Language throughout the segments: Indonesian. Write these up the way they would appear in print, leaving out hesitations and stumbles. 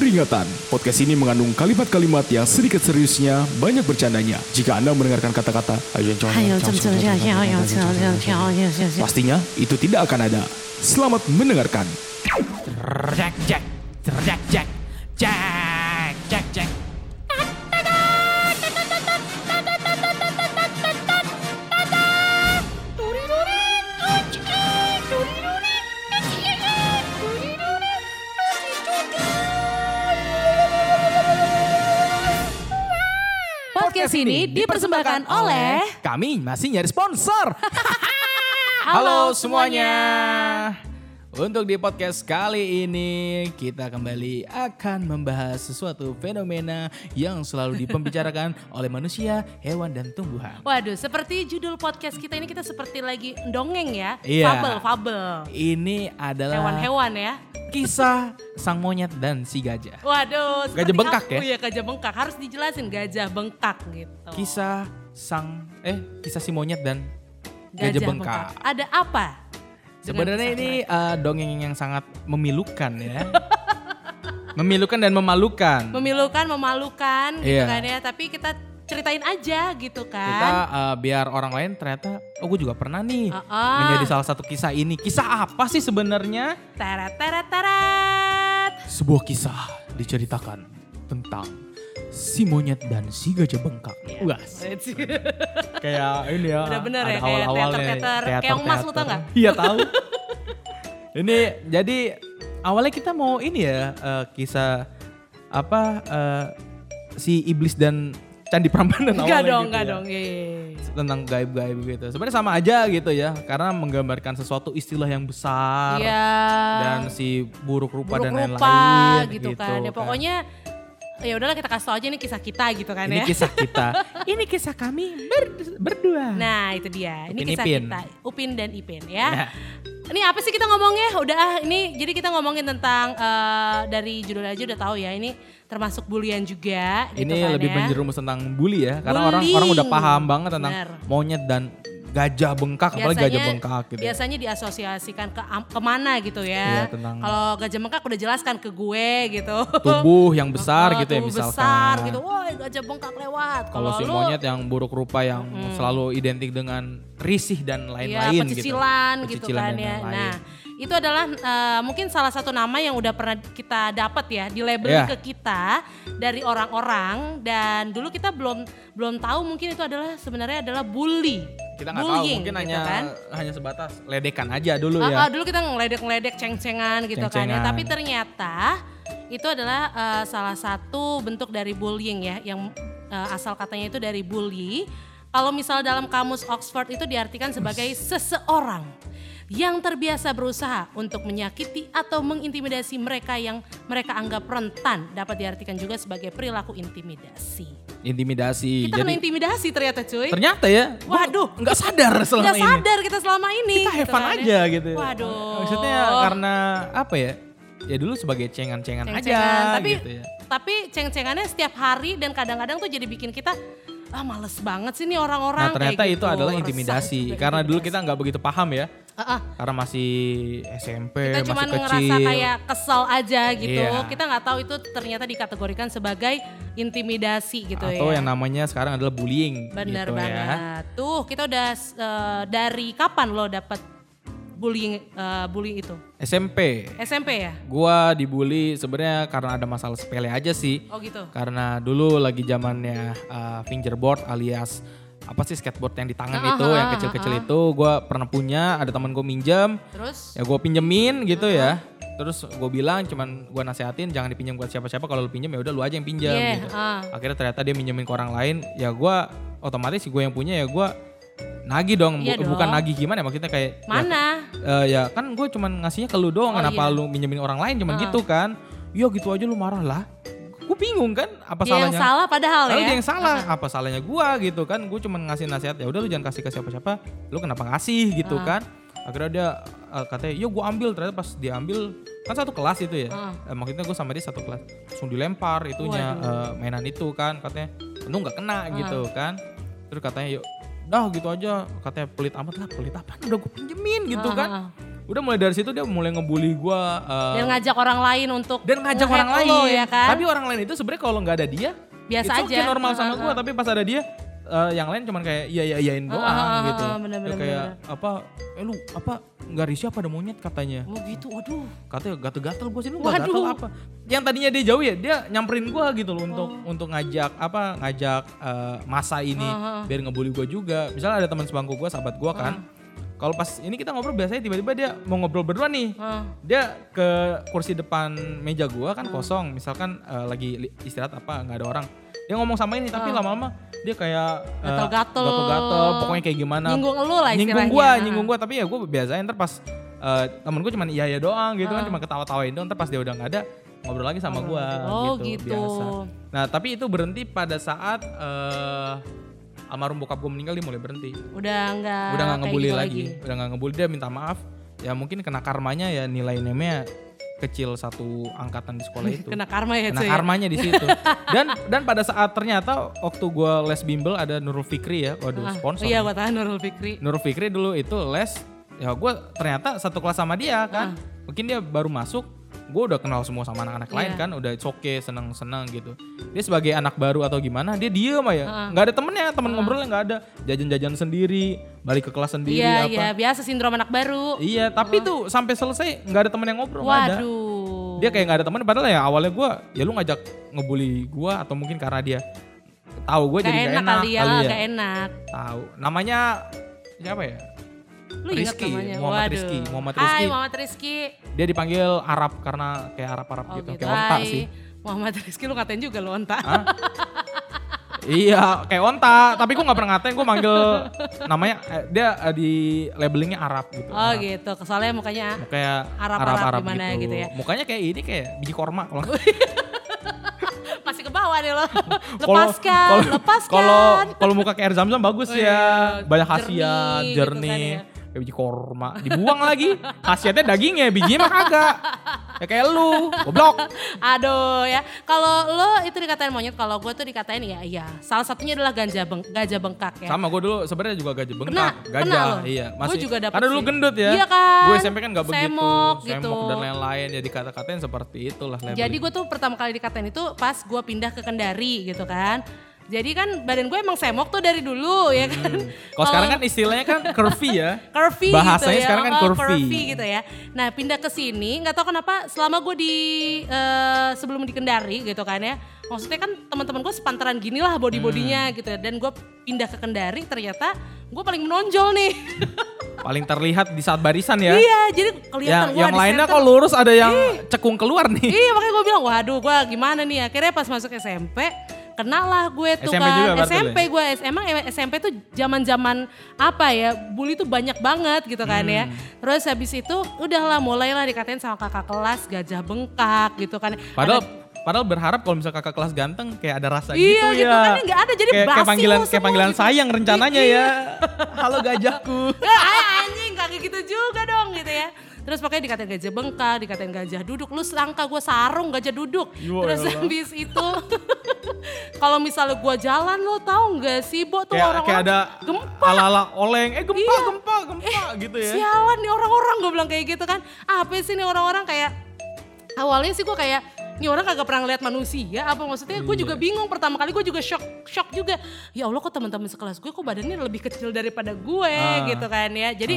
Peringatan, podcast ini mengandung kalimat-kalimat yang sedikit seriusnya, banyak bercandanya. Jika Anda mendengarkan kata-kata pastinya itu tidak akan ada. Selamat mendengarkan. Jack, Jack, Jack, Jack, Jack, Jack, Jack. Podcast ini dipersembahkan oleh kami masih nyari sponsor. Halo semuanya. Untuk di podcast kali ini kita kembali akan membahas sesuatu fenomena yang selalu dipembicarakan oleh manusia, hewan dan tumbuhan. Waduh, seperti judul podcast kita ini kita seperti lagi dongeng ya. Iya. Fabel. Ini adalah Hewan-hewan ya. kisah sang monyet dan si gajah. Waduh, Gajah bengkak ya? Iya, gajah bengkak. Harus dijelasin gajah bengkak gitu. Kisah si monyet dan gajah bengkak. Ada apa? Sebenarnya ini dongeng yang sangat memilukan ya. Memilukan dan memalukan. Memilukan, memalukan gitu Iya. kan ya. Tapi kita ceritain aja gitu Kita kan. biar orang lain ternyata, gue juga pernah nih menjadi salah satu kisah ini. Kisah apa sih sebenarnya? Teret. Sebuah kisah diceritakan tentang si monyet dan si gajah bengkak. Iya. Kayak ini ya. Udah bener ada ya, kayak awal-awalnya teater. Keong Mas lu tau gak? Iya tahu. Ini jadi awalnya kita mau ini ya kisah si iblis dan Candi Prambanan awalnya. Enggak dong. Iya. Tentang gaib-gaib gitu. Sebenarnya sama aja gitu ya, karena menggambarkan sesuatu istilah yang besar dan si buruk rupa dan lain-lain gitu kan. Ya pokoknya ya udahlah kita kasih tau aja nih kisah kita gitu kan ini ya. kisah kita. Ini kisah kami berdua. Nah itu dia, ini Upin kisah Ipin. kita, Upin dan Ipin ya. Nah. Ini apa sih kita ngomongnya? Ini jadi kita ngomongin tentang dari judul aja udah tahu ya, ini termasuk bulian juga gitu Ini kan lebih ya. menjerumus tentang bully ya, karena Bullying. orang udah paham banget tentang Bener. monyet dan gajah bengkak, apalagi gajah bengkak gitu. Biasanya diasosiasikan kemana gitu ya. Iya, tentang kalau gajah bengkak udah jelaskan ke gue gitu. tubuh yang besar gitu ya Tubuh misalkan. besar gitu, woi gajah bengkak lewat. Kalau si lu- monyet yang buruk rupa yang selalu identik dengan risih dan lain-lain pecicilan gitu Pecicilan kan dan ya. lain-lain. Nah, itu adalah mungkin salah satu nama yang udah pernah kita dapat ya, di label Yeah. ke kita dari orang-orang, dan dulu kita belum tahu mungkin itu adalah sebenarnya adalah bully. Kita nggak tahu, Bullying, mungkin gitu kan. hanya sebatas ledekan aja dulu ya. Dulu kita ngeledek-ngeledek ceng-cengan gitu kan ya, Ceng-cengan. tapi ternyata itu adalah salah satu bentuk dari bullying ya, yang asal katanya itu dari bully. Kalau misal dalam kamus Oxford itu diartikan sebagai seseorang yang terbiasa berusaha untuk menyakiti atau mengintimidasi mereka yang mereka anggap rentan, dapat diartikan juga sebagai perilaku intimidasi. Intimidasi. Kita kena intimidasi ternyata cuy. Ternyata ya. Waduh. Nggak sadar selama Nggak ini. sadar kita selama ini. Kita have gitu fun kan ya. aja gitu. Waduh. Maksudnya karena apa ya? Ya dulu sebagai cengan-cengan aja Ceng-cengan. gitu ya. Tapi ceng-cengannya setiap hari dan kadang-kadang tuh jadi bikin kita males banget sih nih orang-orang. Nah ternyata kayak itu gitu. adalah Resah intimidasi. juga Karena dulu intimidasi. kita nggak begitu paham ya. Karena masih SMP, Kita cuma masih ngerasa kecil. kayak kesel aja gitu. Iya. Kita nggak tahu itu ternyata dikategorikan sebagai intimidasi gitu Atau ya. yang namanya sekarang adalah bullying. Bener gitu banget. Ya. Tuh kita udah dari kapan lo dapet bullying itu? SMP. SMP ya? Gua dibully sebenarnya karena ada masalah sepele aja sih. Oh gitu. Karena dulu lagi zamannya fingerboard alias apa sih skateboard yang di tangan itu, yang kecil-kecil itu. Gue pernah punya, ada teman gue minjem. Terus? Ya gue pinjemin gitu ya. Terus gue bilang, cuman gue nasehatin jangan dipinjam buat siapa-siapa. Kalau lu pinjam ya udah lu aja yang pinjam gitu. Akhirnya ternyata dia minjemin ke orang lain. Ya gue otomatis gue yang punya ya gue nagih dong. Iya Bukan dong. nagih gimana ya, maksudnya kayak Mana? ya kan gue cuman ngasihnya ke lu doang. Oh, Kenapa iya. lu minjemin orang lain cuman gitu kan. Ya gitu aja lu marah lah. Gue bingung kan apa Dia salahnya. yang salah padahal Lalu ya. dia yang salah, apa salahnya gua gitu kan. Gue cuma ngasih nasihat, ya udah lu jangan kasih ke siapa-siapa. Lu kenapa ngasih gitu kan. Akhirnya dia katanya, yo gue ambil. Ternyata pas dia ambil, kan satu kelas itu ya. Maksudnya gue sama dia satu kelas. Langsung dilempar itunya mainan itu kan. Katanya, untung gak kena gitu kan. Terus katanya, yuk dah gitu aja. Katanya pelit amat lah, pelit apa? Udah gue pinjemin gitu kan. udah mulai dari situ dia mulai ngebully gue. Dan ngajak orang lain untuk orang lain. lo, ya kan? Tapi orang lain itu sebenarnya kalau nggak ada dia biasa aja. Itu normal sama gue, tapi pas ada dia yang lain cuman kayak iyain doang gitu. Bener, kayak lu nggak risih apa ada monyet katanya. Oh gitu, waduh. Katanya gatel-gatel gue sih, lu nggak gatel apa? Yang tadinya dia jauh ya, dia nyamperin gue gitu loh untuk ngajak masa ini biar ngebully gue juga. Misalnya ada teman sebangku gue, sahabat gue kan. Kalau pas ini kita ngobrol biasanya tiba-tiba dia mau ngobrol berdua nih. Dia ke kursi depan meja gue kan kosong, misalkan lagi istirahat nggak ada orang. Dia ngomong sama ini tapi lama-lama dia kayak gatel-gatel, pokoknya kayak gimana. Nyinggung lu lah istilahnya. Nyinggung gue, tapi ya gue biasain ntar pas temen gue cuman iya doang gitu kan, cuma ketawa-tawain doang, ntar pas dia udah gak ada ngobrol lagi sama gue gitu. Biasa. Nah tapi itu berhenti pada saat almarhum bokap gue meninggal, dia mulai berhenti. Udah gak ngebully gitu lagi. Udah gak ngebully, dia minta maaf. Ya mungkin kena karmanya ya, nilai nemnya kecil satu angkatan di sekolah itu. Kena karma ya, kena karmanya di situ. Dan pada saat ternyata waktu gue les bimbel ada Nurul Fikri ya, waduh sponsor. Iya, gue tahu Nurul Fikri. Nurul Fikri dulu itu les, ya gue ternyata satu kelas sama dia kan. Mungkin dia baru masuk, gue udah kenal semua sama anak-anak lain kan, udah oke, seneng-seneng gitu. Dia sebagai anak baru atau gimana, dia diem aja, nggak ada temennya, temen ngobrolnya nggak ada, jajan-jajan sendiri, balik ke kelas sendiri. Iya, biasa sindrom anak baru. Iya, tapi tuh sampai selesai nggak ada temen yang ngobrol, nggak ada. Dia kayak nggak ada temen, padahal ya awalnya gue, ya lu ngajak ngebully gue atau mungkin karena dia tahu gue jadi nggak enak kali ya. Gak enak. Tahu, namanya siapa ya? Lu ingat namanya? Muhammad Rizky. Hai Muhammad Rizky. Dia dipanggil Arab karena kayak Arab gitu. Kayak onta sih. Muhammad Rizky, lu ngatain juga lu onta. Iya kayak onta, tapi gue gak pernah ngatain, gue manggil namanya, dia di labelingnya Arab gitu. Oh Arab. Gitu, soalnya mukanya Arab gimana gitu ya. Mukanya kayak ini, kayak biji korma kalau masih ke bawah nih lo. Lepaskan. Kalau muka kayak air zam-zam bagus ya. Banyak khasiat, jernih. Gitu kan ya. Kayak biji korma. Dibuang lagi. Khasiatnya dagingnya, bijinya mah kagak. Ya kayak lu, goblok. Aduh ya. Kalau lo itu dikatain monyet, kalau gue tuh dikatain ya. Salah satunya adalah gajah bengkak ya. Sama gue dulu sebenarnya juga gajah bengkak. Gajah, iya. Gue juga dapet karena dulu gendut ya. Iya kan. Gue SMP kan gak begitu. Semok gitu. Dan lain-lain. Ya dikata-katain seperti itulah. Jadi gue tuh pertama kali dikatain itu pas gue pindah ke Kendari gitu kan. Jadi kan badan gue emang semok tuh dari dulu ya kan. Kalau sekarang kan istilahnya kan curvy ya. Curvy bahasanya gitu ya. Sekarang kan curvy gitu ya. Nah pindah ke sini gak tahu kenapa selama gue sebelum di Kendari gitu kan ya. Maksudnya kan teman-teman gue sepantaran gini lah body-bodinya gitu ya. Dan gue pindah ke Kendari ternyata gue paling menonjol nih. Paling terlihat di saat barisan ya. Iya jadi kelihatan gue yang lainnya kok lurus ada yang cekung keluar nih. Iya makanya gue bilang waduh gue gimana nih. Akhirnya pas masuk SMP kenal lah gue tuh SMP kan. Juga SMP gue emang SMP tuh zaman apa ya, bully tuh banyak banget gitu kan ya. Terus habis itu udahlah mulailah dikatain sama kakak kelas gajah bengkak gitu kan. Padahal berharap kalau misalnya kakak kelas ganteng kayak ada rasa iya, gitu ya. Iya kan nggak ada jadi kayak panggilan gitu. sayang rencananya ya. Halo gajahku. Anjing kayak gitu juga dong gitu ya. Terus pokoknya dikatain gajah bengkak, dikatain gajah duduk. Lu sangka gue sarung gajah duduk. Terus habis itu kalau misalnya gue jalan lo tahu nggak sih Bo tuh orang-orang kayak ada gempa. ala-ala oleng. Gempa gitu ya. Sialan nih orang-orang gue bilang kayak gitu kan. Apa sih nih orang-orang kayak awalnya sih gue kayak ini orang kagak pernah ngeliat manusia apa maksudnya gue juga bingung pertama kali gue juga shock juga ya Allah kok teman-teman sekelas gue kok badannya lebih kecil daripada gue gitu kan ya jadi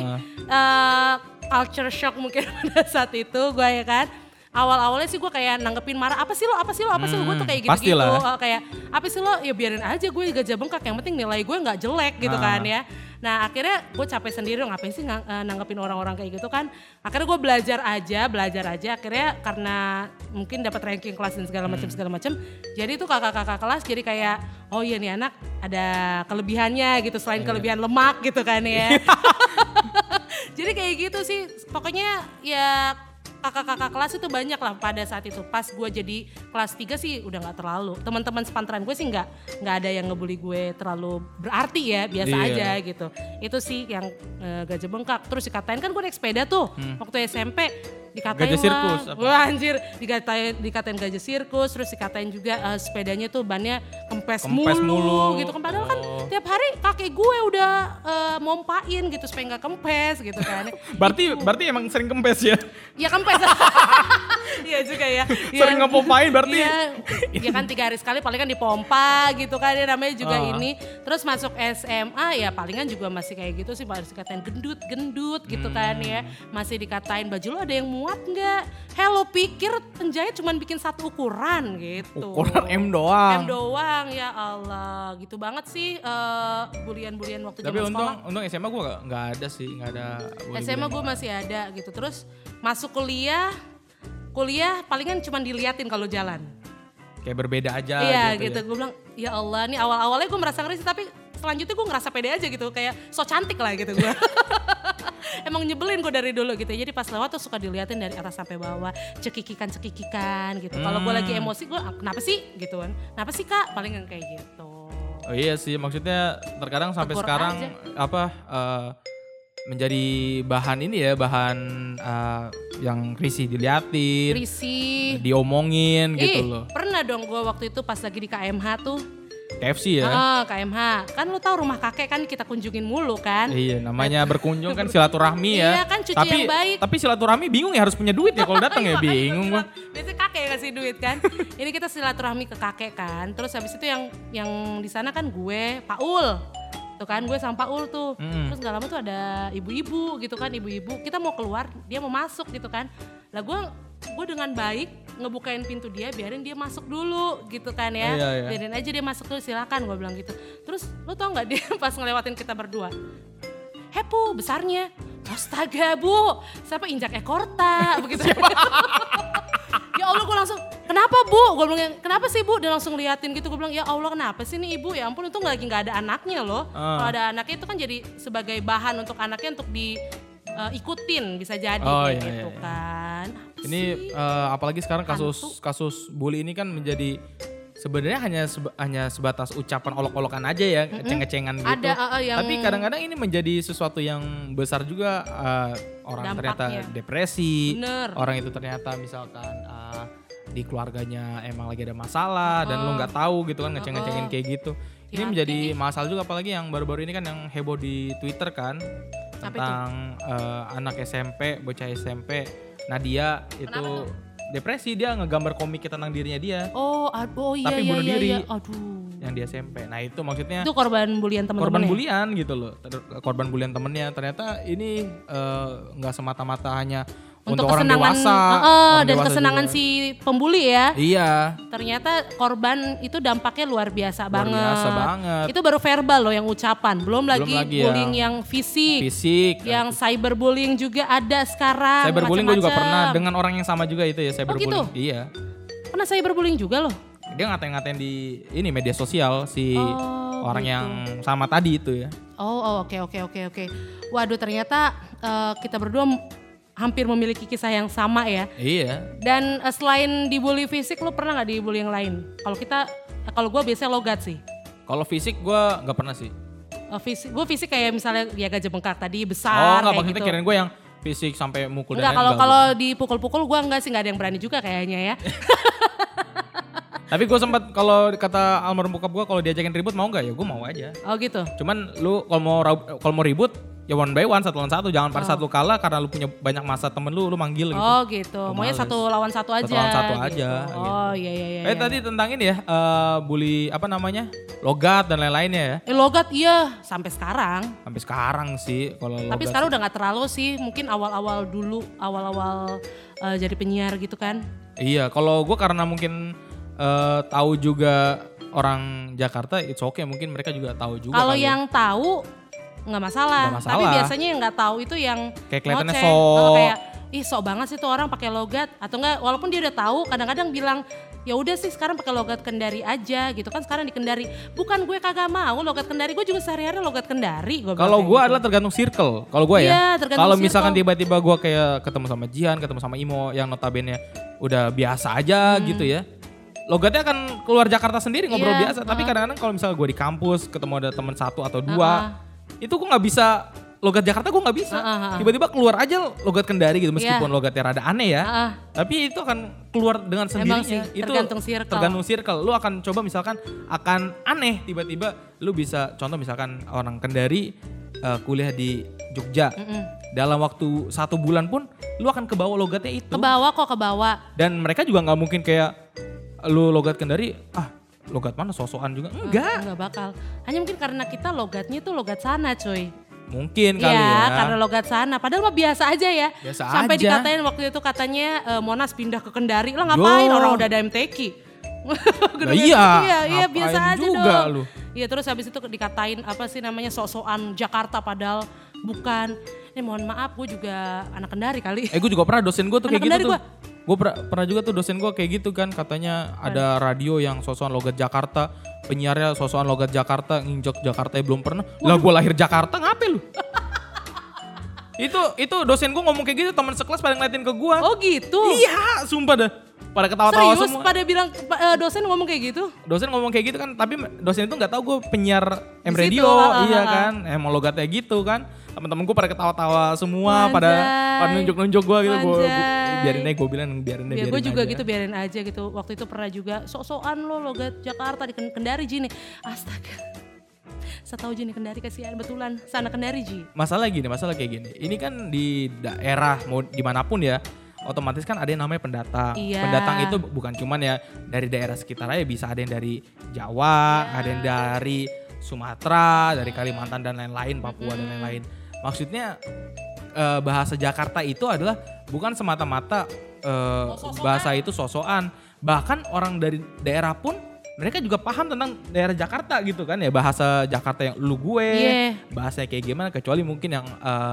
culture shock mungkin pada saat itu gue ya kan awal-awalnya sih gue kayak nanggepin marah apa sih lo gue tuh kayak gitu-gitu kayak apa sih lo ya biarin aja gue gajah bengkak yang penting nilai gue nggak jelek gitu kan ya. Nah akhirnya gue capek sendiri ngapain sih nanggepin orang-orang kayak gitu kan. Akhirnya gue belajar aja akhirnya karena mungkin dapat ranking kelas dan segala macam. Jadi itu kakak-kakak kelas jadi kayak oh iya nih anak ada kelebihannya gitu selain kelebihan lemak gitu kan ya. Jadi kayak gitu sih pokoknya ya kakak-kakak kelas itu banyak lah pada saat itu. Pas gue jadi kelas 3 sih udah gak terlalu. Teman-teman sepantaran gue sih gak ada yang ngebully gue terlalu berarti ya. Biasa aja gitu. Itu sih yang gajah bengkak. Terus dikatain kan gue naik sepeda tuh waktu SMP. dikatain Gajah sirkus, lah. apa? Wah anjir, dikatain gajah sirkus, terus dikatain juga sepedanya tuh bannya kempes mulu gitu kan. Padahal kan tiap hari kakek gue udah mompain gitu supaya nggak kempes gitu kan. Berarti emang sering kempes ya? Ya kempes. Iya juga ya. Sering ngepompain berarti. Iya kan 3 hari sekali paling kan dipompa gitu kan ya, namanya juga ini. Terus masuk SMA ya palingan juga masih kayak gitu sih, masih dikatain gendut gitu kan ya. Masih dikatain baju lo ada yang muat nggak? Hello pikir penjahit cuma bikin satu ukuran gitu. Ukuran M doang. M doang ya Allah, gitu banget sih bulian-bulian waktu Tapi zaman sekolah. untung SMA gue nggak ada sih, nggak ada. SMA gue masih ada gitu. Terus masuk kuliah palingan cuma diliatin kalau jalan. Kayak berbeda aja Iya gitu. gitu. Gue bilang ya Allah nih awal-awalnya gue merasa ngeri sih, tapi selanjutnya gue ngerasa pede aja gitu, kayak so cantik lah gitu gue. Emang nyebelin gue dari dulu gitu. Jadi pas lewat tuh suka diliatin dari atas sampai bawah, cekikikan gitu. Kalau gue lagi emosi gue kenapa sih gitu kan? Kenapa sih Kak? Palingan kayak gitu. Oh iya sih, maksudnya terkadang sampai Tegur sekarang menjadi bahan ini ya, bahan yang risih diliatin, Risih. diomongin gitu loh. Pernah dong gue waktu itu pas lagi di KMH tuh. KFC ya. KMH. Kan lu tahu rumah kakek kan kita kunjungin mulu kan. Iya, namanya berkunjung kan silaturahmi ya. Iya kan, cuci yang baik. Tapi silaturahmi bingung ya, harus punya duit ya kalau datang ya, bingung gua. Biasanya kakek yang ngasih duit kan. Ini kita silaturahmi ke kakek kan. Terus habis itu yang di sana kan gue, Paul. Tuh kan gue sama Paul tuh. Terus gak lama tuh ada ibu-ibu gitu kan, ibu-ibu. Kita mau keluar, dia mau masuk gitu kan. Lah gue dengan baik ngebukain pintu dia, biarin dia masuk dulu gitu kan ya. Iya. Biarin aja dia masuk dulu, silakan gue bilang gitu. Terus lo tau gak dia pas ngelewatin kita berdua, Hepu besarnya, astaga bu, siapa injak ekor tak begitu. Ya Allah, gue langsung, kenapa bu? Gue bilang, kenapa sih bu? Dia langsung liatin gitu, gue bilang ya Allah kenapa sih nih ibu? Ya ampun, itu lagi gak ada anaknya loh. Kalau ada anaknya itu kan jadi sebagai bahan untuk anaknya untuk diikutin, bisa jadi kayak gitu kan. Ini apalagi sekarang kasus bully ini kan menjadi sebenarnya hanya sebatas ucapan olok-olokan aja ya, ngeceng-ngecengan gitu. Ada yang tapi kadang-kadang ini menjadi sesuatu yang besar juga, orang dampaknya. ternyata depresi, Bener. orang itu ternyata misalkan di keluarganya emang lagi ada masalah dan lo nggak tahu gitu kan, ngeceng-ngecengin kayak gitu. Ini menjadi masalah juga, apalagi yang baru-baru ini kan yang heboh di Twitter kan tentang anak SMP, bocah SMP, Nadia itu depresi, dia ngegambar komik tentang dirinya dia. Oh iya. Tapi bunuh diri. Iya. Aduh. Yang di SMP. Nah itu maksudnya Itu korban bulian teman-teman. korban bulian gitu loh. Korban bulian temennya. Ternyata ini nggak semata-mata hanya untuk orang dewasa. Dan kesenangan juga. si pembuli ya. Iya. Ternyata korban itu dampaknya luar biasa Luar banget. biasa banget. Itu baru verbal loh yang ucapan. Belum lagi bullying yang fisik. Yang cyberbullying juga ada sekarang. Cyberbullying gue juga macam-macam. pernah dengan orang yang sama juga itu ya, cyberbullying. gitu? Iya. Pernah cyberbullying juga loh. Dia ngatain-ngatain di ini media sosial si orang gitu. yang sama tadi itu ya. Oke. Waduh, ternyata kita berdua hampir memiliki kisah yang sama ya. Iya. Dan selain dibully fisik, lo pernah nggak dibully yang lain? Kalau gue biasanya logat sih. Kalau fisik gue nggak pernah sih. Gue fisik kayak misalnya ya gajah bengkak tadi besar. Oh nggak, kayak maksudnya gitu. kirain gue yang fisik sampai mukul Enggak, dan lain-lain. kalau dipukul-pukul gue enggak sih, nggak ada yang berani juga kayaknya ya. Tapi gue sempat, kalau kata almarhum bokap gue, kalau diajakin ribut mau nggak, ya gue mau aja. Oh gitu. Cuman lu kalau mau ribut ya one by one, satu lawan satu, jangan pada saat lu kalah karena lu punya banyak masa temen lu manggil gitu. Oh gitu. Maunya males. 1 lawan 1 aja. 1 lawan 1 aja. Gitu. Oh iya. Tadi tentang ini ya, bully apa namanya, logat dan lain-lainnya ya. Logat iya sampai sekarang. Sampai sekarang sih kalau logat. Tapi sekarang udah nggak terlalu sih. Mungkin awal-awal dulu, awal-awal jadi penyiar gitu kan. Iya, kalau gue karena mungkin tahu juga orang Jakarta, it's okay, mungkin mereka juga tahu juga. Kalau yang tahu nggak masalah. Tapi biasanya yang nggak tahu itu yang kayak kelihatannya ngoceh. sok. Kayak ih sok banget sih tuh orang pakai logat, atau enggak walaupun dia udah tahu kadang-kadang bilang ya udah sih sekarang pakai logat Kendari aja gitu kan, sekarang di Kendari. Bukan gue kagak mau logat Kendari, gue juga sehari-hari logat Kendari. Kalau gue adalah tergantung circle. Kalau gue Iya, ya. tergantung Kalau misalkan circle. tiba-tiba gue kayak ketemu sama Jihan, ketemu sama Imo yang notabene udah biasa aja gitu ya. Logatnya akan keluar Jakarta sendiri, ngobrol Iya, biasa. Tapi kadang-kadang kalau misalnya gue di kampus ketemu ada teman 1 atau 2, itu gue nggak bisa logat Jakarta gue nggak bisa. Tiba-tiba keluar aja logat Kendari gitu meskipun logatnya rada aneh ya. Tapi itu akan keluar dengan sendirinya. Emang sih, itu tergantung circle. Lu akan coba misalkan akan aneh tiba-tiba lu bisa contoh misalkan orang Kendari kuliah di Jogja. Dalam waktu 1 bulan pun lu akan kebawa logatnya itu. Kebawa. Dan mereka juga nggak mungkin kayak lu logat Kendari, logat mana sosokan juga. Enggak bakal. Hanya mungkin karena kita logatnya tuh logat sana coy. Mungkin kali ya. Iya karena logat sana. Padahal mah biasa aja ya. Sampai aja. Dikatain waktu itu katanya Monas pindah ke Kendari. Lah ngapain orang udah ada MTQ. Iya biasa aja juga dong. Iya terus habis itu dikatain apa sih namanya sok-sokan Jakarta padahal bukan. Mohon maaf gue juga anak Kendari kali. Gue juga pernah dosen gue tuh kayak gitu tuh. Gue pernah juga tuh dosen gue kayak gitu kan. Katanya ada radio yang sok-sokan logat Jakarta. Penyiarnya sok-sokan logat Jakarta. Nginjok Jakarta belum pernah. Lah gue lahir Jakarta ngapain lu? itu dosen gue ngomong kayak gitu teman sekelas pada ngeliatin ke gue. Oh gitu? Iya sumpah dah. Pada ketawa-tawa serius, semua. Pada bilang dosen ngomong kayak gitu? Dosen ngomong kayak gitu kan. Tapi dosen itu gak tahu gue penyiar M-Radio. Iya kan. Emang logatnya gitu kan. Temen-temen gue pada ketawa-tawa semua, pada nunjuk-nunjuk gue gitu. Gue biarin aja, gue bilang biarin aja. Gue juga gitu biarin aja gitu. Waktu itu pernah juga sok-sokan lo logat Jakarta di Kendari Ji nih. Astaga. Saya tahu Ji nih Kendari kasihan betulan. Sana Kendari Ji. Masalah kayak gini. Ini kan di daerah mau dimanapun ya. Otomatis kan ada yang namanya pendatang. Iya. Pendatang itu bukan cuman ya dari daerah sekitar aja, bisa ada yang dari Jawa, ada yang dari Sumatera, dari Kalimantan dan lain-lain, Papua dan lain-lain. Maksudnya bahasa Jakarta itu adalah bukan semata-mata bahasa itu sosokan. Bahkan orang dari daerah pun mereka juga paham tentang daerah Jakarta gitu kan ya. Bahasa Jakarta yang lu gue, bahasanya kayak gimana, kecuali mungkin yang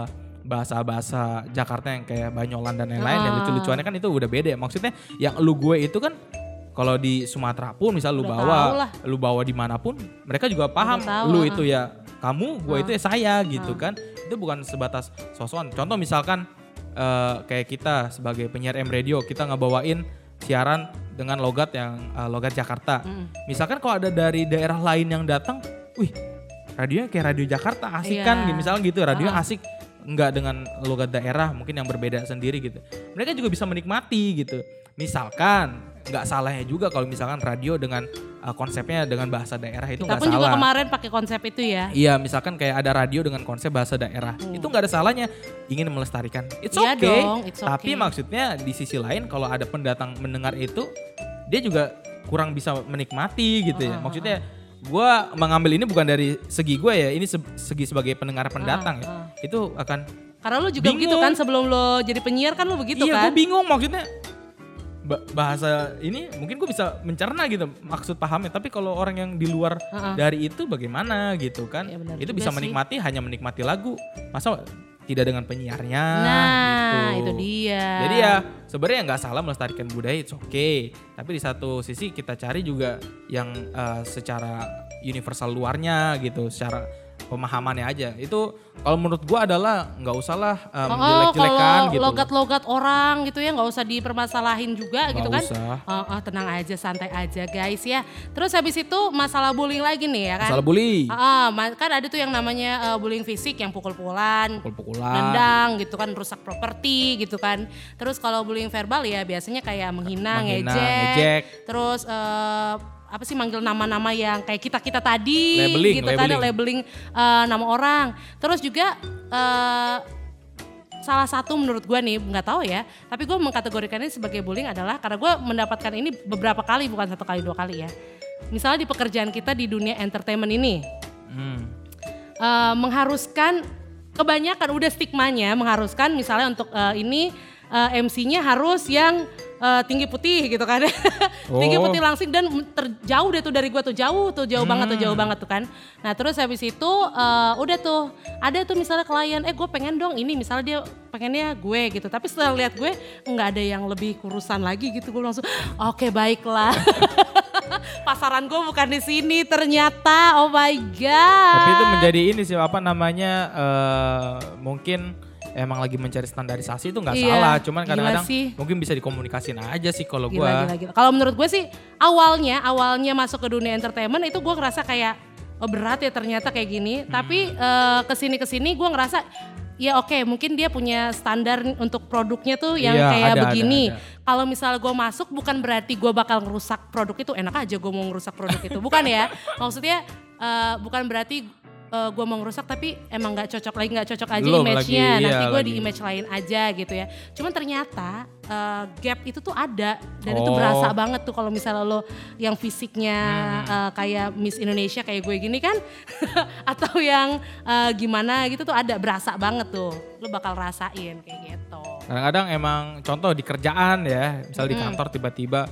bahasa-bahasa Jakarta yang kayak Banyolan dan lain-lain yang lucu-lucuannya kan itu udah beda. Maksudnya yang lu gue itu kan kalau di Sumatera pun misal lu bawa dimanapun mereka juga paham lu itu ya kamu, gue itu ya saya gitu kan. Itu bukan sebatas sosokan. Contoh misalkan kayak kita sebagai penyiar M-Radio kita ngebawain siaran dengan logat yang logat Jakarta. Misalkan kalau ada dari daerah lain yang datang, wih radionya kayak radio Jakarta asik kan misalnya gitu, radionya asik. Enggak dengan logat daerah mungkin yang berbeda sendiri gitu. Mereka juga bisa menikmati gitu. Misalkan nggak salahnya juga kalau misalkan radio dengan konsepnya dengan bahasa daerah itu nggak salah. Kita pun juga kemarin pakai konsep itu ya. Iya misalkan kayak ada radio dengan konsep bahasa daerah. Itu nggak ada salahnya ingin melestarikan. It's okay. Dong, it's okay. Tapi maksudnya di sisi lain kalau ada pendatang mendengar itu dia juga kurang bisa menikmati gitu ya. Maksudnya gue mengambil ini bukan dari segi gue ya, ini segi sebagai pendengar pendatang ya. Itu akan karena lo juga begitu kan sebelum lo jadi penyiar kan lo begitu kan. Iya gue bingung maksudnya bahasa ini mungkin gue bisa mencerna gitu maksud pahamnya. Tapi kalau orang yang di luar dari itu bagaimana gitu kan. Ya, itu bisa menikmati hanya menikmati lagu. Masa tidak dengan penyiarnya gitu. Itu dia. Jadi ya sebenarnya nggak salah melestarikan budaya, it's okay. Tapi di satu sisi kita cari juga yang secara universal luarnya gitu, secara pemahamannya aja. Itu kalau menurut gua adalah nggak usah lah menjelek-jelekan gitu. Logat-logat orang gitu ya nggak usah dipermasalahin juga gak gitu kan. Usah. Tenang aja, santai aja guys ya. Terus habis itu masalah bullying lagi nih ya kan. Masalah bullying. Kan ada tuh yang namanya bullying fisik yang pukul-pukulan, nendang gitu kan, rusak properti gitu kan. Terus kalau bullying verbal ya biasanya kayak menghina ngejek. Terus apa sih manggil nama-nama yang kayak kita tadi gitu kan, labeling nama orang. Terus juga salah satu menurut gue nih nggak tahu ya, tapi gue mengkategorikan ini sebagai bullying adalah karena gue mendapatkan ini beberapa kali, bukan 1 kali 2 kali ya. Misalnya di pekerjaan kita di dunia entertainment ini mengharuskan kebanyakan udah stigmanya mengharuskan misalnya untuk ini MC-nya harus yang tinggi putih gitu kan. Tinggi putih langsing dan terjauh deh tuh dari gue tuh jauh banget tuh kan. Nah terus habis itu udah tuh ada tuh misalnya klien gue pengen dong ini, misalnya dia pengennya gue gitu, tapi setelah lihat gue nggak ada yang lebih kurusan lagi gitu, gue langsung oke, baiklah. Pasaran gue bukan di sini ternyata, oh my god. Tapi itu menjadi ini sih apa namanya mungkin emang lagi mencari standarisasi itu nggak salah, cuman kadang-kadang mungkin bisa dikomunikasiin aja sih kalau gue. Kalau menurut gue sih awalnya masuk ke dunia entertainment itu gue ngerasa kayak oh berat ya ternyata kayak gini. Tapi kesini gue ngerasa ya oke, mungkin dia punya standar untuk produknya tuh yang kayak begini. Kalau misalnya gue masuk bukan berarti gue bakal ngerusak produk itu. Enak aja gue mau ngerusak produk itu, bukan ya. Maksudnya bukan berarti gue mau ngerusak tapi emang nggak cocok aja image-nya. Nanti gue di image lain aja gitu ya. Cuman ternyata gap itu tuh ada dan itu berasa banget tuh kalau misalnya lo yang fisiknya kayak Miss Indonesia kayak gue gini kan atau yang gimana gitu tuh ada berasa banget tuh. Lo bakal rasain kayak gitu. Kadang-kadang emang contoh di kerjaan ya, misal di kantor tiba-tiba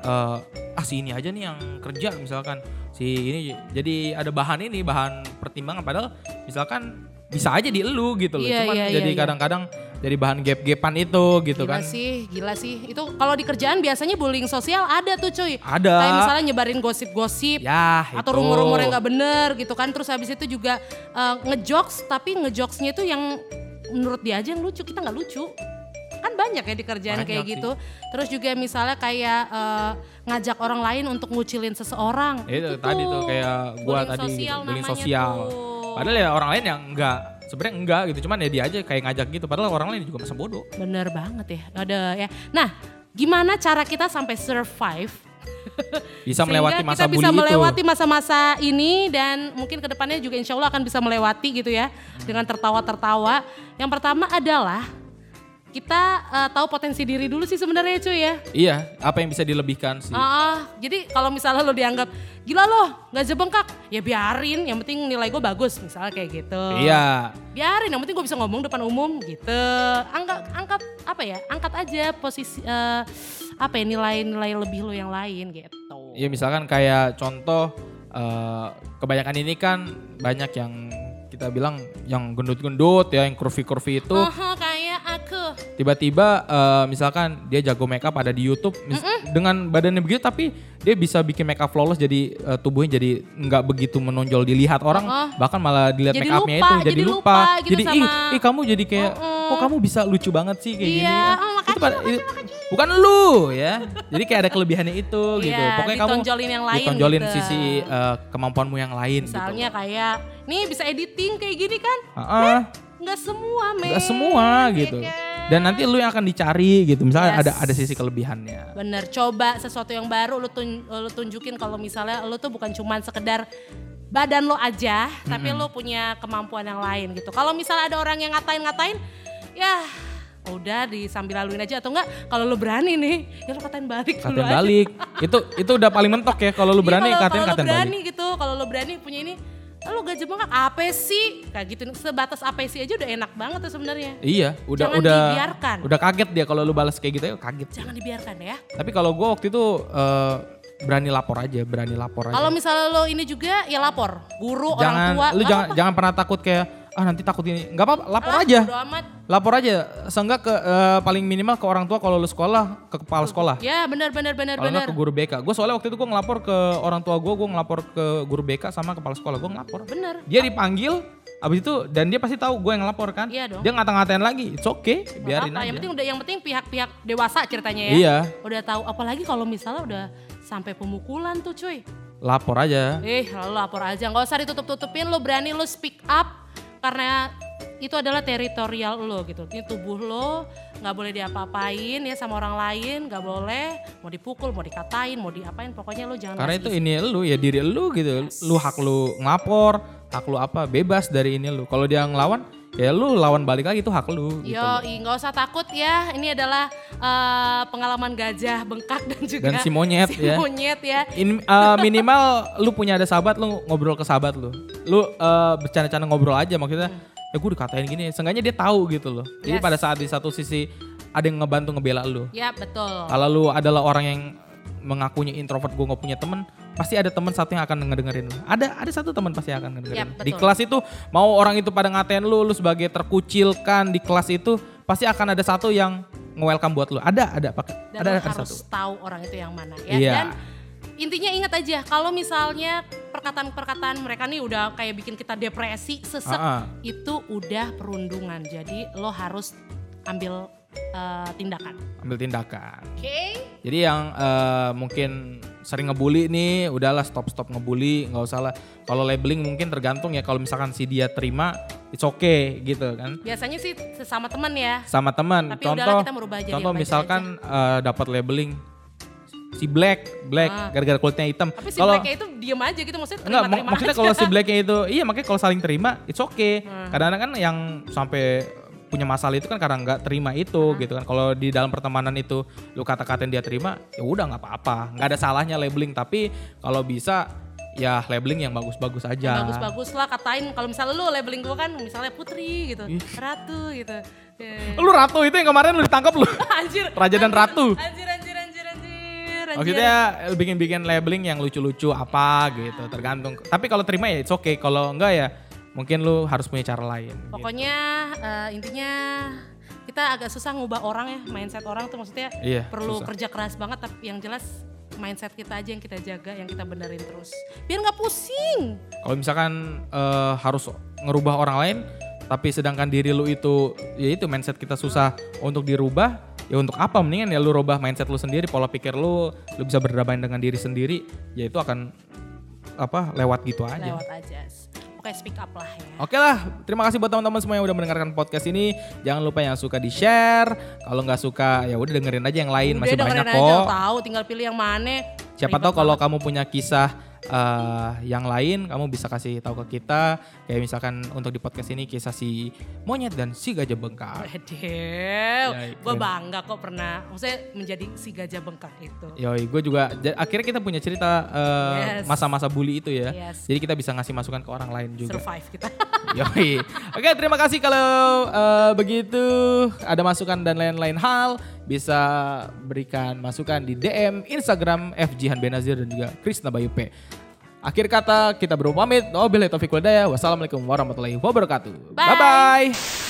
si ini aja nih yang kerja misalkan si ini jadi ada bahan pertimbangan padahal misalkan bisa aja di elu gitu loh. Cuman jadi kadang-kadang jadi bahan gap-gapan itu gitu kan. Gila sih. Itu kalau di kerjaan biasanya bullying sosial ada tuh cuy. Ada. Kayak misalnya nyebarin gosip-gosip atau rumor-rumor yang gak bener gitu kan. Terus habis itu juga ngejokes tapi ngejokesnya itu yang menurut dia aja yang lucu, kita gak lucu. Kan banyak ya di kerjaan kayak gitu. Terus juga misalnya kayak ngajak orang lain untuk ngucilin seseorang. Itu tadi tuh kayak gua tadi bullying sosial. Padahal ya orang lain yang sebenarnya enggak gitu. Cuman ya dia aja kayak ngajak gitu. Padahal orang lain juga masa bodoh. Bener banget ya. Ada ya. Nah, gimana cara kita sampai survive? Bisa melewati masa bully itu. Kita bisa melewati masa-masa ini dan mungkin kedepannya juga insya Allah akan bisa melewati gitu ya. Dengan tertawa-tertawa. Yang pertama adalah kita tahu potensi diri dulu sih sebenarnya cuy ya. Iya, apa yang bisa dilebihkan sih. Jadi kalau misalnya lo dianggap gila lo gak jebengkak, ya biarin, yang penting nilai gue bagus misalnya kayak gitu. Iya. Biarin, yang penting gue bisa ngomong depan umum gitu. Angkat aja posisi nilai-nilai lebih lo yang lain gitu. Iya misalkan kayak contoh kebanyakan ini kan banyak yang kita bilang yang gendut-gendut ya, yang curvy-curvy itu. Kayak aku. Tiba-tiba misalkan dia jago makeup ada di YouTube dengan badannya begitu tapi dia bisa bikin makeup flawless jadi tubuhnya jadi nggak begitu menonjol dilihat orang, bahkan malah dilihat jadi makeupnya lupa, itu jadi lupa. Gitu jadi sama... kamu jadi kayak kok kamu bisa lucu banget sih kayak gini. Makasih. Bukan lu ya. Jadi kayak ada kelebihannya itu gitu. Pokoknya kamu ditonjolin yang lain ditonjolin gitu. sisi kemampuanmu yang lain. Misalnya gitu. kayak nih bisa editing kayak gini kan. Nggak semua Nggak semua gitu. Dan nanti lu yang akan dicari gitu. Misalnya ada sisi kelebihannya. Bener, coba sesuatu yang baru lu tunjukin kalau misalnya lu tuh bukan cuman sekedar badan lo aja, tapi lo punya kemampuan yang lain gitu. Kalau misalnya ada orang yang ngatain, ya udah disambil laluin aja atau enggak kalau lu berani nih, ya lu katain balik dulu aja. Balik. Itu udah paling mentok ya kalau lu berani katain berani balik. Gitu. Kalau lu berani punya ini, lu gak jebengkak apa sih? Kayak gitu sebatas apa sih aja udah enak banget tuh sebenarnya. Iya, Jangan dibiarkan. Udah kaget dia kalau lu balas kayak gitu ya kaget. Jangan dibiarkan ya. Tapi kalau gua waktu itu berani lapor aja. Kalau misalnya lo ini juga ya lapor, guru, orang tua. Lu jangan pernah takut kayak nanti takut ini. Enggak apa-apa, lapor aja. Lapor aja. Seenggak ke paling minimal ke orang tua kalau lu sekolah, ke kepala sekolah. Ya, benar. Kalau enggak ke guru BK. Gue soalnya waktu itu gue ngelapor ke orang tua gue ngelapor ke guru BK sama kepala sekolah. Gue ngelapor. Bener. Dia dipanggil abis itu dan dia pasti tahu gue yang ngelapor kan. Iya dong. Dia ngata-ngatain lagi. It's okay, biarin aja. Yang penting pihak-pihak dewasa ceritanya ya. Iya. Udah tahu, apalagi kalau misalnya udah sampai pemukulan tuh cuy. Lapor aja. Lalu lapor aja, nggak usah ditutup-tutupin, lo berani lo speak up karena itu adalah teritorial lo gitu. Ini tubuh lo nggak boleh diapa-apain ya sama orang lain, nggak boleh mau dipukul, mau dikatain, mau diapain, pokoknya lo jangan. Karena itu ini lu ya diri lu gitu. Lu hak lu ngelapor, hak lu apa bebas dari ini lu. Kalau dia ngelawan ya lu lawan balik lagi itu hak lu. Yo, nggak usah takut ya. Ini adalah pengalaman gajah bengkak dan juga dan si monyet ya. Minimal lu punya ada sahabat, lu ngobrol ke sahabat lu. Lu bercanda-canda ngobrol aja maksudnya. Ya gue dikatain gini, seenggaknya dia tahu gitu loh. Jadi pada saat di satu sisi ada yang ngebantu ngebela lu. Ya betul. Kalau lu adalah orang yang mengakunya introvert, gue gak punya temen, pasti ada teman satu yang akan ngedengerin lu. Ada satu teman pasti akan ngedengerin. Di kelas itu mau orang itu pada ngatain lu sebagai terkucilkan di kelas itu pasti akan ada satu yang nge-welcome buat lu. Ada pakai. Dan ada harus satu. tahu orang itu yang mana ya. Iya. Dan intinya ingat aja kalau misalnya perkataan-perkataan mereka nih udah kayak bikin kita depresi, sesek, itu udah perundungan. Jadi lo harus ambil tindakan. Ambil tindakan. Oke. Jadi yang mungkin sering ngebully nih, udahlah stop ngebully, nggak usah lah. Kalau labeling mungkin tergantung ya, kalau misalkan si dia terima, it's okay gitu kan. Biasanya sih sesama teman ya. Sama teman. Tapi udahlah kita merubah jadi contoh apa misalkan dapat labeling si black gara-gara kulitnya hitam. Tapi si Kalau blacknya itu diem aja gitu, maksudnya enggak, terima maksudnya aja. kalau si blacknya itu, iya makanya kalau saling terima, it's okay. Kadang-kadang kan yang sampai punya masalah itu kan karena nggak terima itu gitu kan. Kalau di dalam pertemanan itu lu kata-katain dia terima, ya udah nggak apa-apa, nggak ada salahnya labeling. Tapi kalau bisa ya labeling yang bagus-bagus aja. Bagus-bagus lah, katain kalau misalnya lu labeling gue kan misalnya Putri gitu, Ratu gitu. Lu Ratu itu yang kemarin lu ditangkap lu. Anjir. Raja dan Ratu. Anjir. Maksudnya bikin labeling yang lucu-lucu apa gitu, tergantung. Tapi kalau terima ya it's okay, kalau enggak ya mungkin lu harus punya cara lain. Pokoknya intinya kita agak susah ngubah orang ya, mindset orang tuh maksudnya perlu susah. kerja keras banget, tapi yang jelas mindset kita aja yang kita jaga, yang kita benerin terus. Biar gak pusing. Kalau misalkan harus ngerubah orang lain, tapi sedangkan diri lu itu, ya itu mindset kita susah untuk dirubah, ya untuk apa? Mendingan ya lu rubah mindset lu sendiri, pola pikir lu bisa berdamai dengan diri sendiri, ya itu akan lewat gitu aja. Lewat aja. Oke, speak up lah ya. Oke lah, terima kasih buat teman-teman semua yang udah mendengarkan podcast ini. Jangan lupa yang suka di-share, kalau nggak suka ya udah dengerin aja yang lain, masih banyak kok. Aja, tahu tinggal pilih yang mana. Siapa tahu kalau kamu punya kisah yang lain, kamu bisa kasih tahu ke kita. Kayak misalkan untuk di podcast ini kisah si monyet dan si gajah bengkak. Waduh, gue bangga kok pernah, maksudnya menjadi si gajah bengkak itu. Yoi, gue juga, akhirnya kita punya cerita masa-masa bully itu ya. Jadi kita bisa ngasih masukan ke orang lain juga. Survive kita. Yoi. Oke, terima kasih kalau begitu ada masukan dan lain-lain hal, bisa berikan masukan di DM Instagram FJhan Benazir dan juga Krisna Bayu P. Akhir kata kita pamit. Wabillahi taufiq wal hidayah. Wassalamualaikum warahmatullahi wabarakatuh. Bye bye.